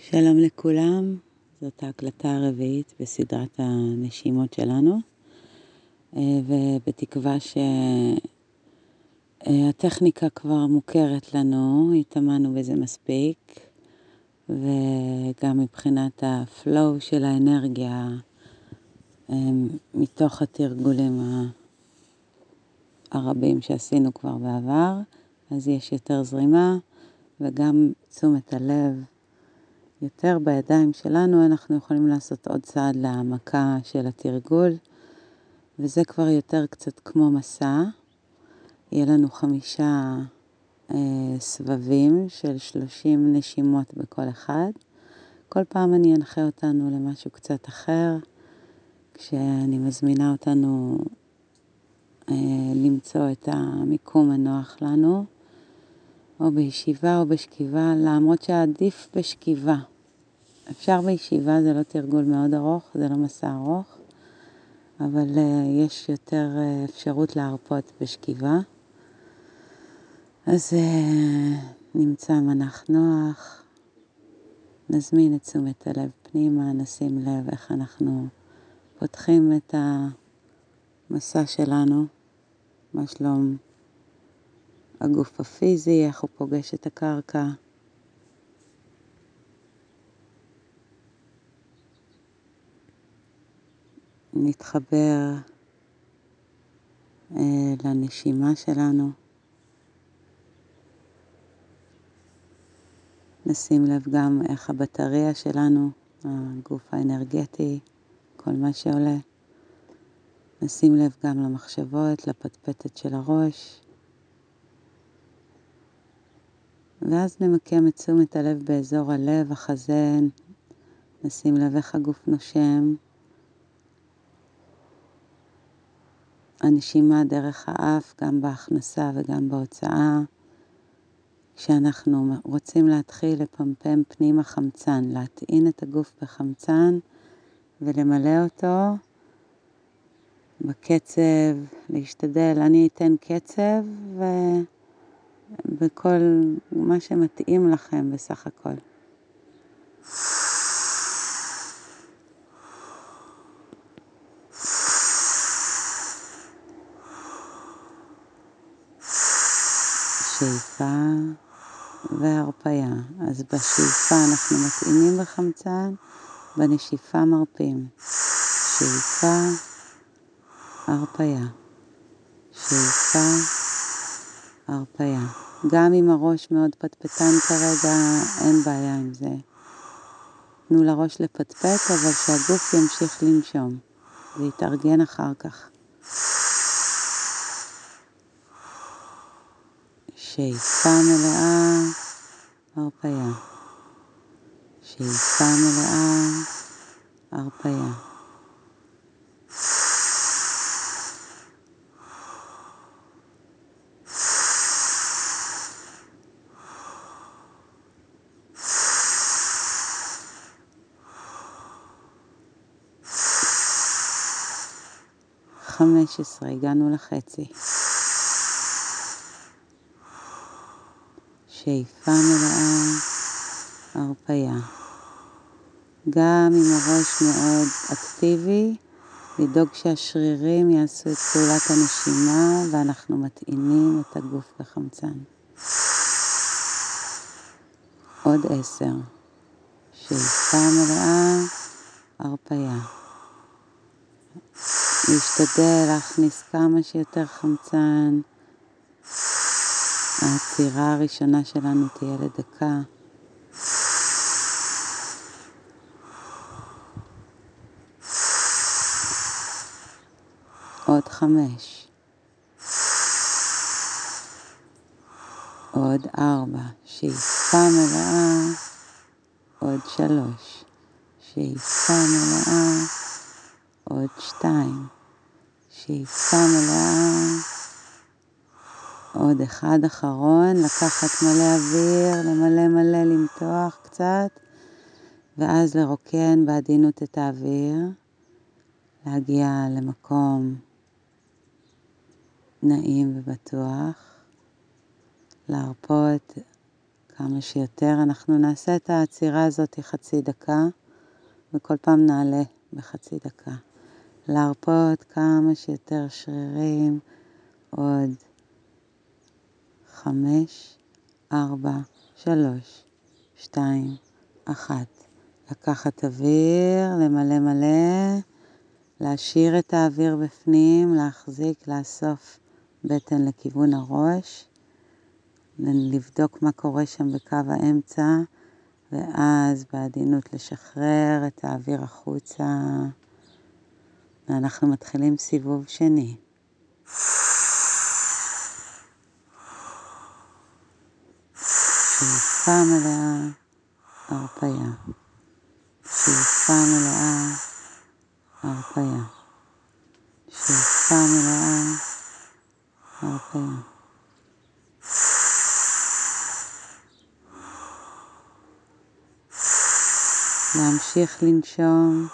שלום לכולם, זאת ההקלטה הרביעית בסדרת הנשימות שלנו, ובתקווה שהטכניקה כבר מוכרת לנו, התאמנו בזה מספיק, וגם מבחינת הפלואו של האנרגיה, מתוך התרגולים הרבים שעשינו כבר בעבר, אז יש יותר זרימה, וגם תשומת הלב, יותר בידיים שלנו. אנחנו יכולים לעשות עוד צעד להעמקה של התרגול, וזה כבר יותר קצת כמו מסע. יהיה לנו 5 סבבים של 30 נשימות בכל אחד. כל פעם אני אנחה אותנו למשהו קצת אחר, כשאני מזמינה אותנו למצוא את המיקום הנוח לנו, או בישיבה או בשכיבה, למרות שעדיף בשכיבה. אפשר בישיבה, זה לא תרגול מאוד ארוך, זה לא מסע ארוך, אבל יש יותר אפשרות להרפות בשכיבה. אז נמצא מנח נוח, נזמין את תשומת הלב פנימה, נשים לב איך אנחנו פותחים את המסע שלנו, מה שלום הגוף הפיזי, איך הוא פוגש את הקרקע. נתחבר לנשימה שלנו. נשים לב גם איך הבטריה שלנו, הגוף האנרגטי, כל מה שעולה. נשים לב גם למחשבות, לפטפטת של הראש. ואז נמקם את תשומת הלב באזור הלב, החזה. נשים לב איך הגוף נושם. הנשימה דרך האף, גם בהכנסה וגם בהוצאה. כשאנחנו רוצים להתחיל לפמפם פנימה חמצן, להטעין את הגוף בחמצן ולמלא אותו בקצב, להשתדל. אני אתן קצב ובכל מה שמתאים לכם בסך הכל. שאיפה והרפיה. אז בשאיפה אנחנו מטעינים בחמצן, בנשיפה מרפים. שאיפה, הרפיה. שאיפה, הרפיה. גם אם הראש מאוד פטפטן כרגע, אין בעיה עם זה. תנו לראש לפטפט, אבל שהגוף ימשיך לנשום. ויתארגן אחר כך. שאיפה מלאה, הרפיה. שאיפה מלאה, הרפיה. הגענו לחצי. שאיפה מלאה, הרפיה. גם אם הראש מאוד אקטיבי, לדאוג שהשרירים יעשו את פעולת הנשימה, ואנחנו מטעינים את הגוף בחמצן. עוד 10. שאיפה מלאה, הרפיה. להשתדל להכניס כמה שיותר חמצן. העצירה הראשונה שלנו תהיה לדקה. עוד 5. עוד 4. שאיפה מלאה. עוד 3. שאיפה מלאה. עוד 2. שאיפה מלאה. עוד 1 אחרון, לקחת מלא אוויר, למלא מלא, למתוח קצת, ואז לרוקן בעדינות את האוויר, להגיע למקום נעים ובטוח, להרפות כמה שיותר. אנחנו נעשה את העצירה הזאת חצי דקה, וכל פעם נעלה בחצי דקה. להרפות כמה שיותר שרירים, עוד 5, 4, 3, 2, 1. לקחת אוויר, למלא מלא, להשאיר את האוויר בפנים, להחזיק, לאסוף בטן לכיוון הראש, לבדוק מה קורה שם בקו האמצע, ואז בעדינות לשחרר את האוויר החוצה. ואנחנו מתחילים סיבוב שני. שאיפה מלאה, הרפיה. שאיפה מלאה, הרפיה. שאיפה מלאה, הרפיה. להמשיך לנשום,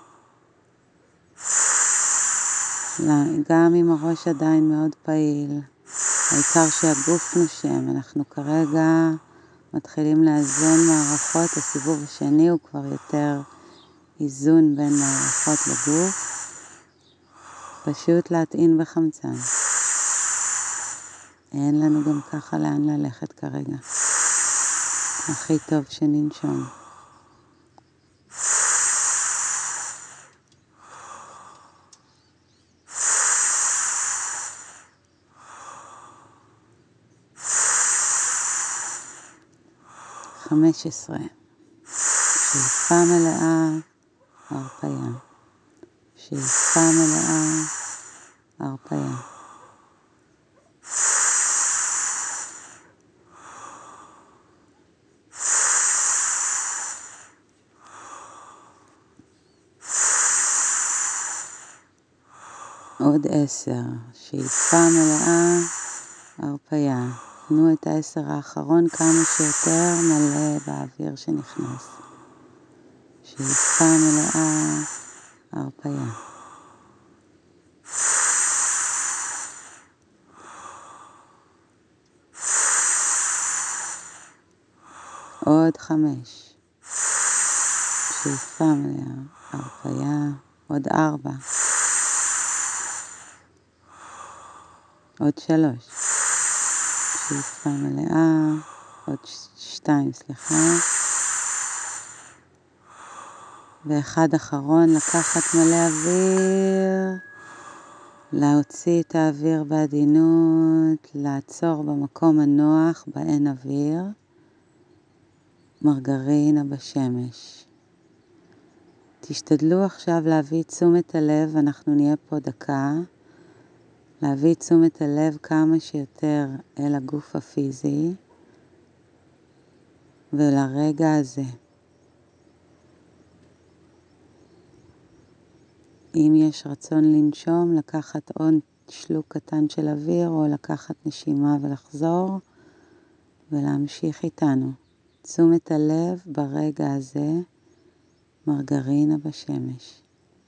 גם אם הראש עדיין מאוד פעיל, העיקר שהגוף נושם. אנחנו כרגע מתחילים לאזן מערכות, הסיבוב השני הוא כבר יותר איזון בין מערכות לגוף, פשוט להטעין בחמצן. אין לנו גם ככה לאן ללכת כרגע. הכי טוב שננשום. חמש עשרה. שאיפה מלאה, הרפיה. שאיפה מלאה, הרפיה. עוד 10. שאיפה מלאה, הרפיה. תנו את 10 האחרון כמה שיותר מלא באוויר שנכנס. שאיפה מלאה, הרפיה. עוד 5. שאיפה מלאה, הרפיה. עוד 4. עוד 3. שאיפה מלאה. עוד 2, סליחה. ואחד אחרון, לקחת מלא אוויר, להוציא את האוויר בעדינות, לעצור במקום הנוח, באין אוויר, מרגרינה בשמש. תשתדלו עכשיו להביא תשומת הלב, אנחנו נהיה פה דקה, להביא תשומת הלב כמה שיותר אל הגוף הפיזי, ולרגע הזה. אם יש רצון לנשום, לקחת עוד שלוק קטן של אוויר, או לקחת נשימה ולחזור, ולהמשיך איתנו. תשומת הלב ברגע הזה, מרגרינה בשמש.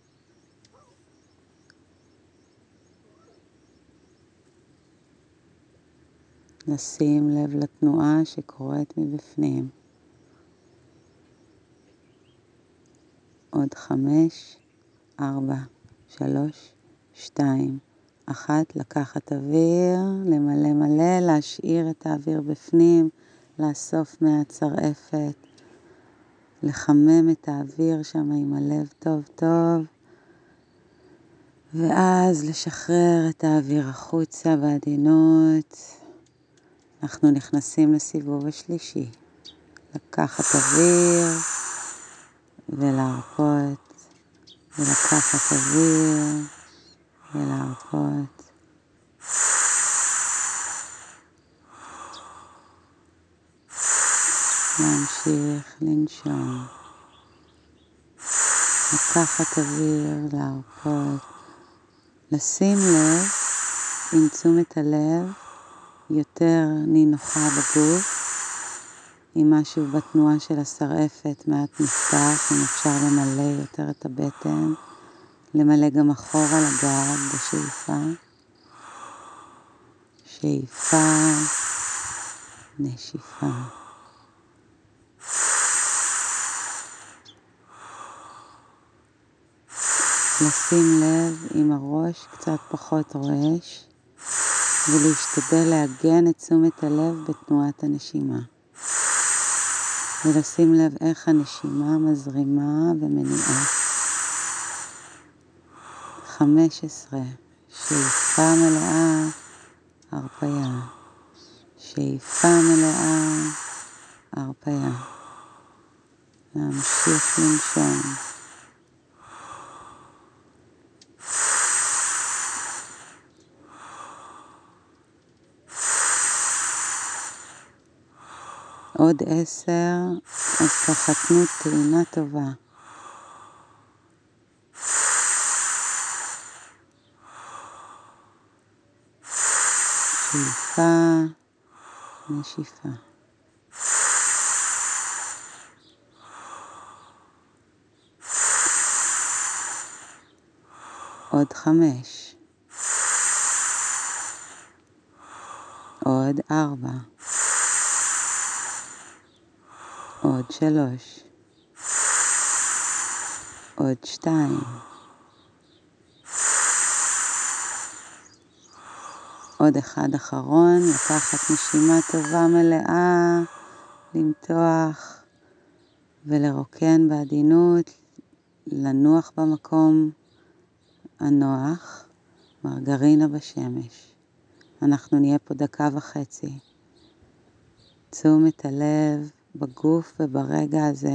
לשים לב לתנועה שקורית מבפנים. עוד 5, 4, 3, 2, 1. לקחת אוויר, למלא מלא, להשאיר את האוויר בפנים, לאסוף מהצרעפת, לחמם את האוויר שם עם הלב טוב טוב, ואז לשחרר את האוויר החוצה בעדינות. אנחנו נכנסים לסיבוב השלישי. לקחת אוויר ולהרפות, ולקחת אוויר ולהרפות. להמשיך לנשום. לקחת אוויר, להרפות. לשים לב עם תשומת הלב יותר נינוחה בגוף, עם משהו בתנועה של השרעפת מעט נפתח, אם אפשר למלא יותר את הבטן, למלא גם אחורה לגב בשאיפה. שאיפה, נשיפה. לשים לב עם הראש קצת פחות רועש, ולהשתדל לעגן את תשומת הלב בתנועת הנשימה. ולשים לב איך הנשימה מזרימה ומניעה. 15. שאיפה מלאה, הרפיה. שאיפה מלאה, הרפיה. להמשיך לנשום. עוד 10, אז ככה תנו טעינה טובה. שאיפה, נשיפה. עוד 5. עוד 4. עוד 3. עוד 2. עוד 1 אחרון, לקחת נשימה טובה מלאה, למתוח ולרוקן בעדינות, לנוח במקום הנוח, מרגרינה בשמש. אנחנו נהיה פה 1.5 דקות. תשומת הלב בגוף וברגע הזה,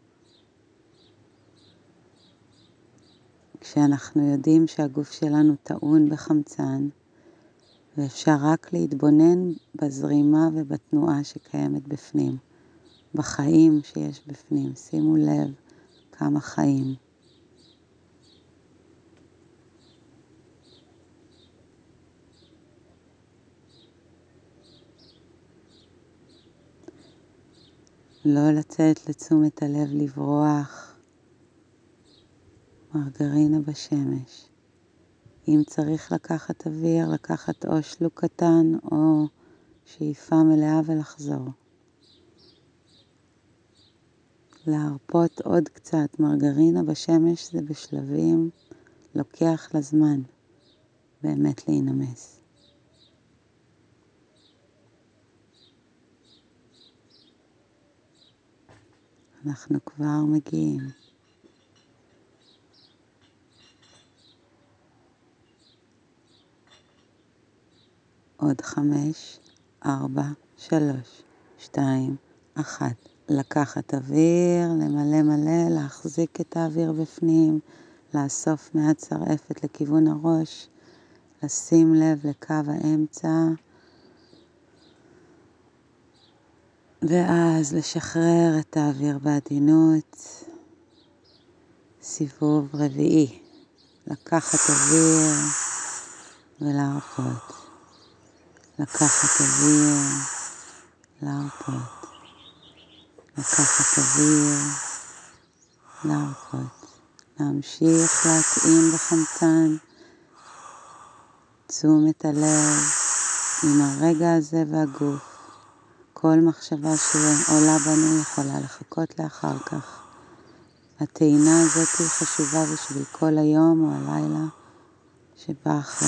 כשאנחנו יודעים שהגוף שלנו טעון בחמצן, ואפשר רק להתבונן בזרימה ובתנועה שקיימת בפנים, בחיים שיש בפנים. שימו לב כמה חיים. לא לצאת לתשומת הלב לברוח. מרגרינה בשמש. אם צריך לקחת אוויר, לקחת או שלוק קטן או שאיפה מלאה ולחזור. להרפות עוד קצת. מרגרינה בשמש זה בשלבים, לוקח לזמן באמת להינמס. אנחנו כבר מגיעים. עוד 5, 4, 3, 2, 1. לקחת אוויר, למלא מלא, להחזיק את האוויר בפנים, לאסוף מעט שרעפת לכיוון הראש, לשים לב לקו האמצע, ואז לשחרר את האוויר בעדינות. סיבוב רביעי. לקחת אוויר ולהרפות. לקחת אוויר, להרפות. לקחת אוויר, להרפות. להמשיך להתאים בחמצן תשומת הלב עם הרגע הזה והגוף. כל מחשבה שעולה בנו יכולה לחכות לאחר כך. הטעינה הזאת היא חשובה בשביל כל היום או הלילה שבא אחרי.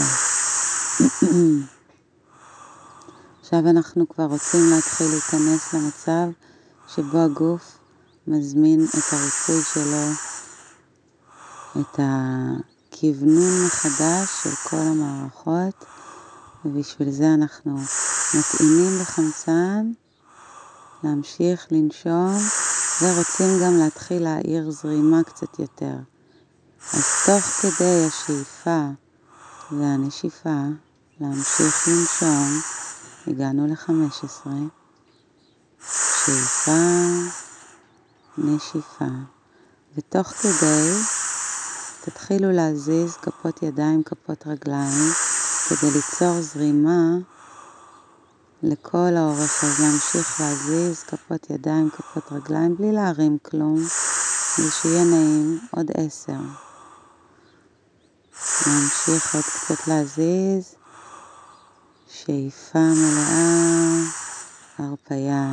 עכשיו אנחנו כבר רוצים להתחיל להיכנס למצב שבו הגוף מזמין את הריפוי שלו, את הכוונון מחדש של כל המערכות, ובשביל זה אנחנו מתאימים בחמצן, להמשיך לנשום, ורוצים גם להתחיל להאיר זרימה קצת יותר. אז תוך כדי השאיפה והנשיפה, להמשיך לנשום, הגענו ל-15, שאיפה, נשיפה, ותוך כדי תתחילו להזיז כפות ידיים, כפות רגליים, כדי ליצור זרימה לכל האורך. אז להמשיך להזיז כפות ידיים, כפות רגליים, בלי להרים כלום, ושיהיה נעים. עוד 10. להמשיך עוד קצת להזיז. שאיפה מלאה, הרפיה.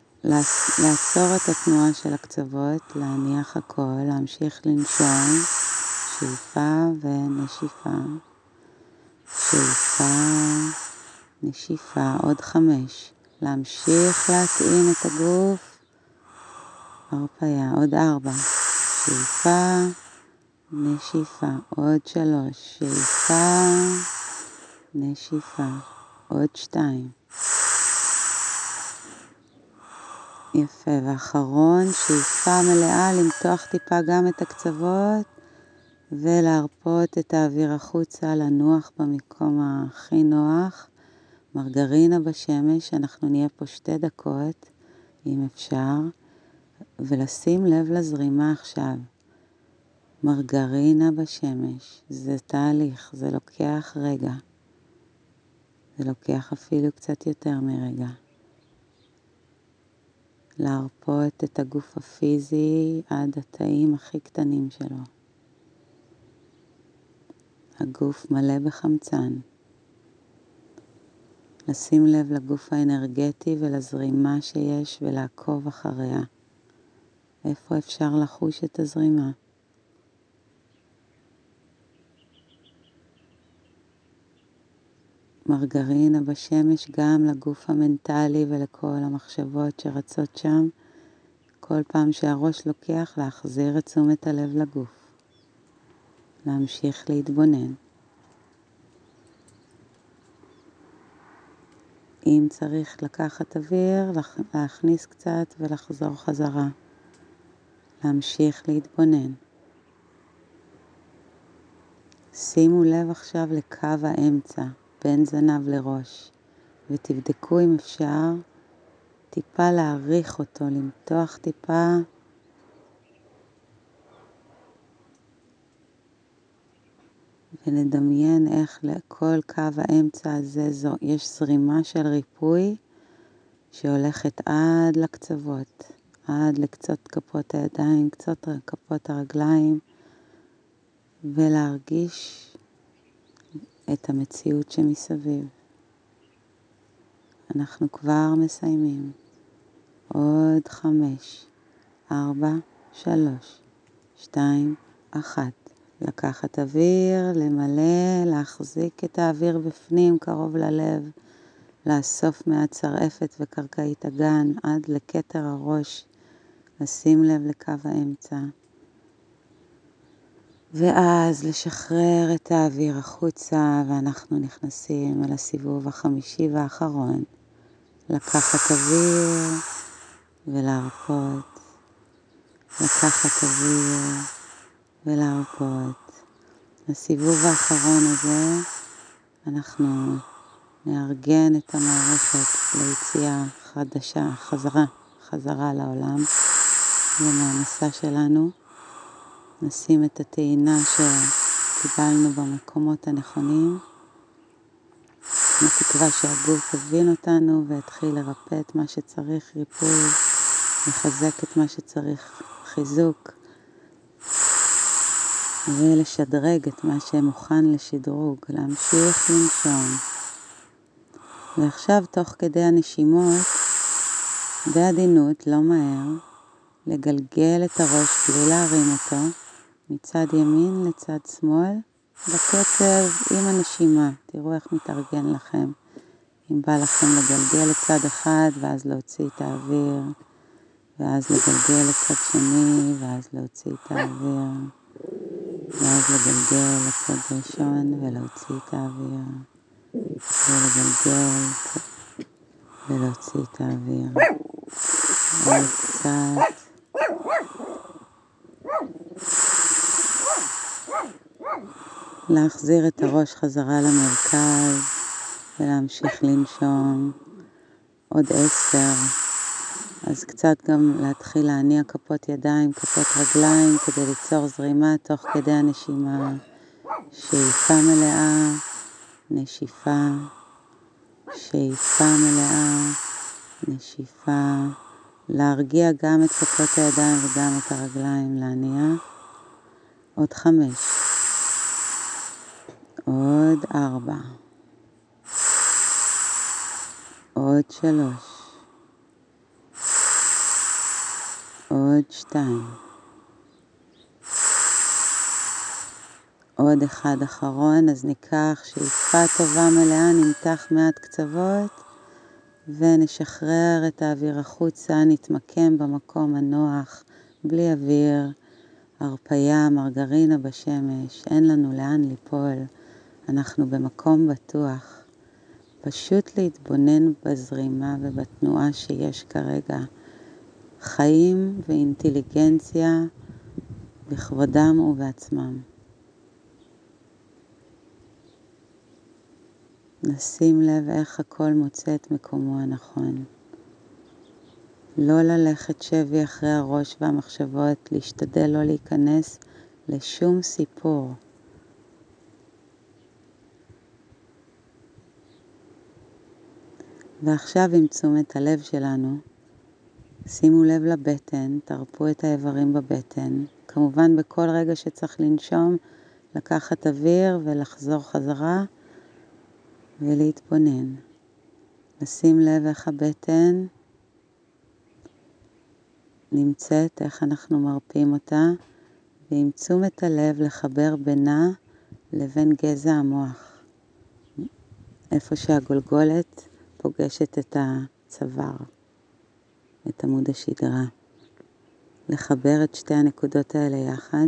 לעצור את התנועה של הקצוות, להניח הכל, להמשיך לנשום. שאיפה ונשיפה. שאיפה, נשיפה. עוד 5. להמשיך להטעין את הגוף. הרפיה. עוד 4. שאיפה, נשיפה. עוד 3. שאיפה, נשיפה. עוד 2. יפה. ואחרון, שאיפה מלאה, למתוח טיפה גם את הקצוות, ולהרפות את האוויר החוצה, לנוח במקום הכי נוח. מרגרינה בשמש, אנחנו נהיה פה 2 דקות, אם אפשר, ולשים לב לזרימה עכשיו. מרגרינה בשמש, זה תהליך, זה לוקח רגע. זה לוקח אפילו קצת יותר מרגע. להרפות את הגוף הפיזי עד התאים הכי קטנים שלו. הגוף מלא בחמצן. לשים לב לגוף האנרגטי ולזרימה שיש ולעקוב אחריה. איפה אפשר לחוש את הזרימה? מרגרינה בשמש גם לגוף המנטלי ולכל המחשבות שרצות שם. כל פעם שהראש לוקח, להחזיר את תשומת הלב לגוף. להמשיך להתבונן. אם צריך לקחת אוויר, להכניס קצת ולחזור חזרה. להמשיך להתבונן. שימו לב עכשיו לקו האמצע, בין זנב לראש, ותבדקו אם אפשר טיפה להאריך אותו, למתוח טיפה, ולדמיין איך לכל קו האמצע הזה יש זרימה של ריפוי שהולכת עד לקצוות, עד לקצות כפות הידיים, קצות כפות הרגליים, ולהרגיש את המציאות שמסביב. אנחנו כבר מסיימים. עוד 5, 4, 3, 2, 1. לקחת אוויר, למלא, להחזיק את האוויר בפנים קרוב ללב, לאסוף מהצרעפת וקרקעית הגן עד לכתר הראש, לשים לב לקו האמצע. ואז לשחרר את האוויר החוצה, ואנחנו נכנסים אל הסיבוב החמישי והאחרון. לקחת אוויר ולהרפות. לקחת אוויר ולהרפות. לסיבוב האחרון הזה אנחנו נארגן את המערכת ליציאה חדשה, חזרה לעולם ומהמסע שלנו. נשים את הטעינה שקיבלנו במקומות הנכונים. בתקווה שהגוף הבין אותנו והתחיל לרפא את מה שצריך ריפוי, לחזק את מה שצריך חיזוק, ולשדרג את מה שמוכן לשדרוג, להמשיך לנשום. ועכשיו תוך כדי הנשימות, בעדינות, לא מהר, לגלגל את הראש בלי להרים אותו, מצד ימין לצד שמאל, בקצב עם הנשימה. תראו איך מתארגן לכם. אם בא לכם לגלגל לצד אחד, ואז להוציא את האוויר, ואז לגלגל לצד שני, ואז להוציא את האוויר, ואז לגלגל לצד ראשון ולהוציא את האוויר, ולגלגל ולהוציא את האוויר. עוד קצת. להחזיר את הראש חזרה למרכז ולהמשיך לנשום. עוד 10. אז קצת גם להתחיל להניע כפות ידיים, כפות רגליים, כדי ליצור זרימה תוך כדי הנשימה. שאיפה מלאה, נשיפה. שאיפה מלאה, נשיפה. להרגיע גם את כפות הידיים וגם את הרגליים, להניע. עוד 5. עוד 4. עוד 3. עוד 2. עוד אחד אחרון, אז ניקח שאיפה טובה מלאה, נמתח מעט קצוות, ונשחרר את האוויר החוצה, נתמקם במקום הנוח, בלי אוויר, הרפיה, מרגרינה בשמש, אין לנו לאן ליפול, אנחנו במקום בטוח. פשוט להתבונן בזרימה ובתנועה שיש כרגע. חיים ואינטליגנציה בכבודם ובעצמם. נשים לב איך הכל מוצא את מקומו הנכון. לא ללכת שבי אחרי הראש והמחשבות, להשתדל לא להיכנס לשום סיפור. ועכשיו עם תשומת הלב שלנו, שימו לב לבטן, תרפו את האיברים בבטן. כמובן בכל רגע שצריך לנשום, לקחת אוויר ולחזור חזרה ולהתבונן. לשים לב איך הבטן נמצאת, איך אנחנו מרפים אותה, ועם תשומת הלב לחבר בינה לבין גזע המוח. איפה שהגולגולת פוגשת את הצוואר, את עמוד השדרה. לחבר את שתי הנקודות האלה יחד.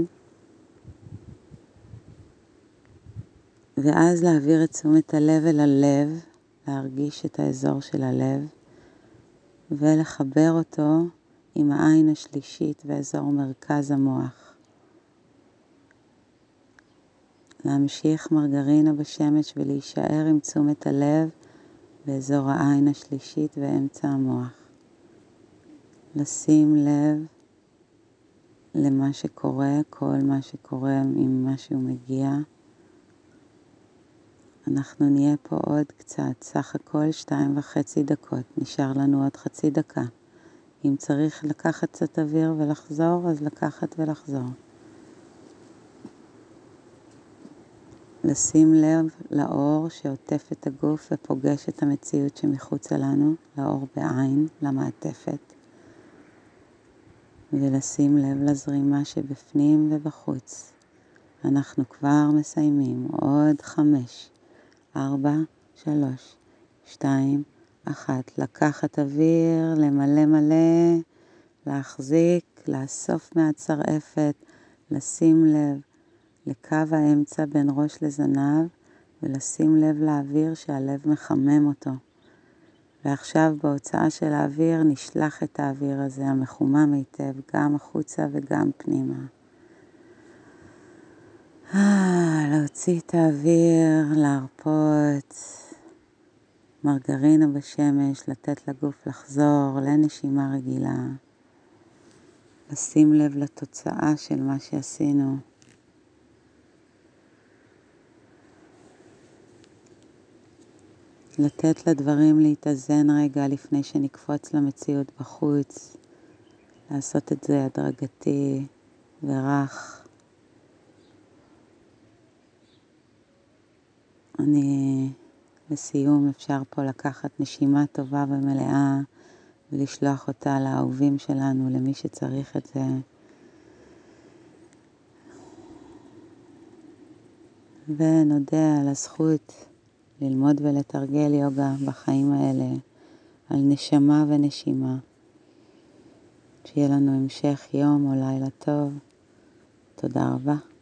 ואז להעביר את תשומת הלב אל הלב, להרגיש את האזור של הלב, ולחבר אותו עם העין השלישית ואזור מרכז המוח. להמשיך מרגרינה בשמש ולהישאר עם תשומת הלב באזור העין השלישית ואמצע המוח. לשים לב למה שקורה, כל מה שקורה עם מה שהוא מגיע. אנחנו נהיה פה עוד קצת, סך הכל 2.5 דקות, נשאר לנו עוד חצי דקה. אם צריך לקחת קצת אוויר ולחזור, אז לקחת ולחזור. לשים לב לאור שעוטף את הגוף ופוגש את המציאות שמחוצה לנו, לאור בעין, למעטפת. ולשים לב לזרימה שבפנים ובחוץ. אנחנו כבר מסיימים. עוד 5, 4, 3, 2, 1. לקחת אוויר, למלא מלא, להחזיק, לאסוף מהצרעפת, לשים לב לקו האמצע בין ראש לזנב, ולשים לב לאוויר שהלב מחמם אותו. ועכשיו בהוצאה של האוויר נשלח את האוויר הזה המחומם היטב, גם החוצה וגם פנימה. להוציא את האוויר, להרפות, מרגרינה בשמש, לתת לגוף לחזור לנשימה רגילה. לשים לב לתוצאה של מה שעשינו. לתת לדברים להתאזן רגע לפני שנקפוץ למציאות בחוץ. לעשות את זה הדרגתי ורך. לסיום אפשר פה לקחת נשימה טובה ומלאה ולשלוח אותה לאהובים שלנו, למי שצריך את זה. ונודה על הזכות ללמוד ולתרגל יוגה בחיים האלה, על נשמה ונשימה. שיהיה לנו המשך יום או לילה טוב. תודה רבה.